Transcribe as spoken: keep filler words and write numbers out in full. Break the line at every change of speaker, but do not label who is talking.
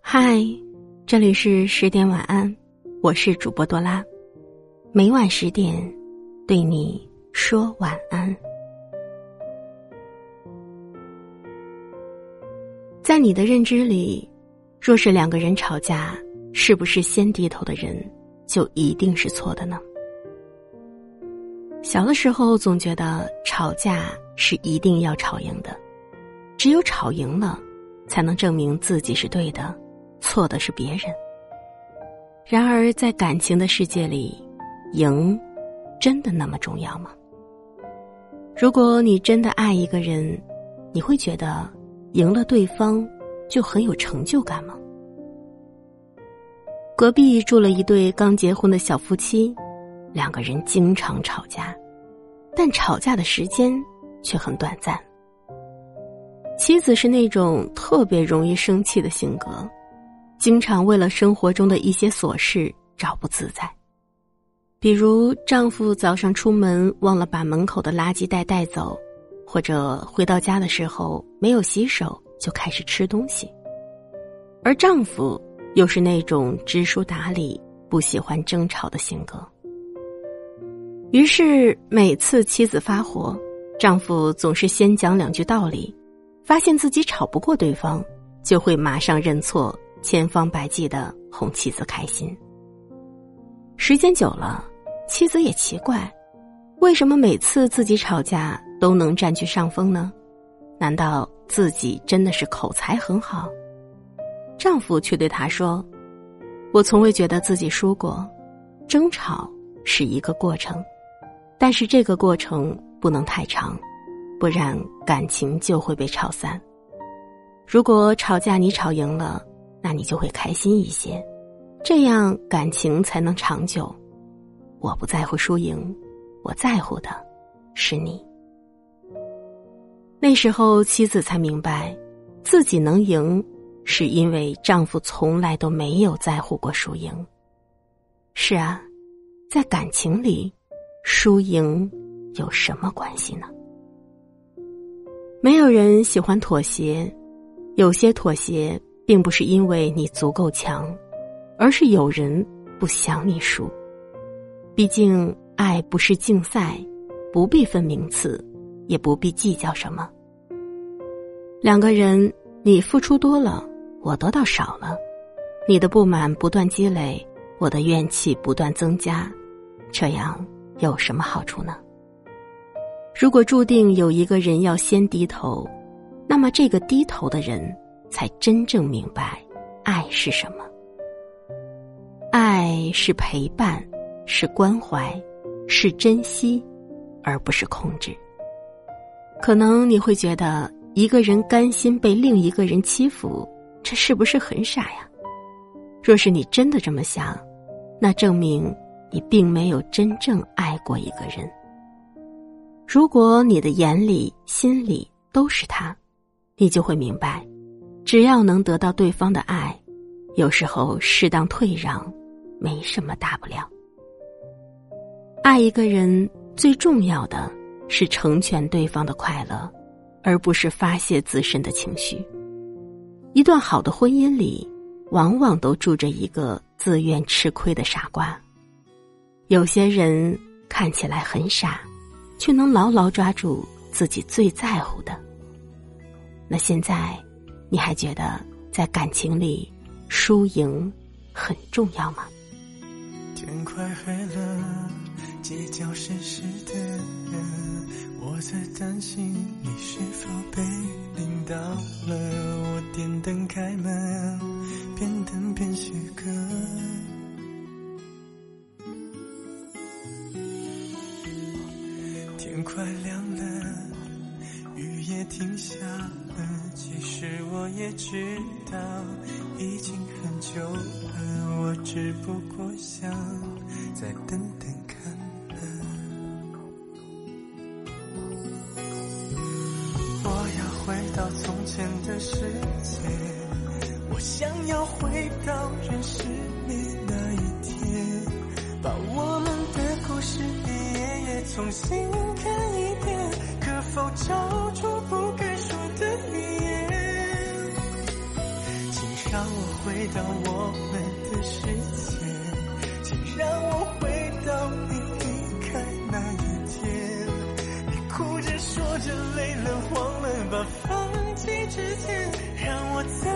嗨，这里是十点晚安，我是主播多拉，每晚十点对你说晚安。在你的认知里，若是两个人吵架，是不是先低头的人就一定是错的呢？小的时候总觉得吵架是一定要吵赢的，只有吵赢了才能证明自己是对的，错的是别人。然而在感情的世界里，赢真的那么重要吗？如果你真的爱一个人，你会觉得赢了对方就很有成就感吗？隔壁住了一对刚结婚的小夫妻，两个人经常吵架，但吵架的时间却很短暂。妻子是那种特别容易生气的性格，经常为了生活中的一些琐事找不自在。比如丈夫早上出门忘了把门口的垃圾袋带走，或者回到家的时候没有洗手就开始吃东西。而丈夫又是那种知书达理，不喜欢争吵的性格。于是每次妻子发火，丈夫总是先讲两句道理，发现自己吵不过对方，就会马上认错，千方百计地哄妻子开心。时间久了，妻子也奇怪，为什么每次自己吵架都能占据上风呢？难道自己真的是口才很好？丈夫却对她说，我从未觉得自己输过，争吵是一个过程，但是这个过程不能太长，不然感情就会被吵散。如果吵架你吵赢了，那你就会开心一些，这样感情才能长久。我不在乎输赢，我在乎的是你。那时候妻子才明白，自己能赢是因为丈夫从来都没有在乎过输赢。是啊，在感情里，输赢有什么关系呢？没有人喜欢妥协，有些妥协并不是因为你足够强，而是有人不想你输。毕竟爱不是竞赛，不必分名次，也不必计较什么。两个人，你付出多了，我得到少了，你的不满不断积累，我的怨气不断增加，这样有什么好处呢？如果注定有一个人要先低头，那么这个低头的人才真正明白爱是什么。爱是陪伴，是关怀，是珍惜，而不是控制。可能你会觉得一个人甘心被另一个人欺负，这是不是很傻呀？若是你真的这么想，那证明你并没有真正爱过一个人。如果你的眼里心里都是他，你就会明白，只要能得到对方的爱，有时候适当退让没什么大不了。爱一个人最重要的是成全对方的快乐，而不是发泄自身的情绪。一段好的婚姻里，往往都住着一个自愿吃亏的傻瓜。有些人看起来很傻，却能牢牢抓住自己最在乎的。那现在，你还觉得在感情里输赢很重要吗？
天快黑了，街角湿湿的，我在担心你是否被淋到了。我点灯开门，边等边写歌。天快亮了，雨也停下了，其实我也知道已经很久了，我只不过想再等等看了。我要回到从前的世界，我想要回到认识你那一天，把我们的故事一页页重新看一遍，可否找出不该说的语言？请让我回到我们的世界，请让我回到你离开那一天。你哭着说着累了慌了吧，放弃之前，让我再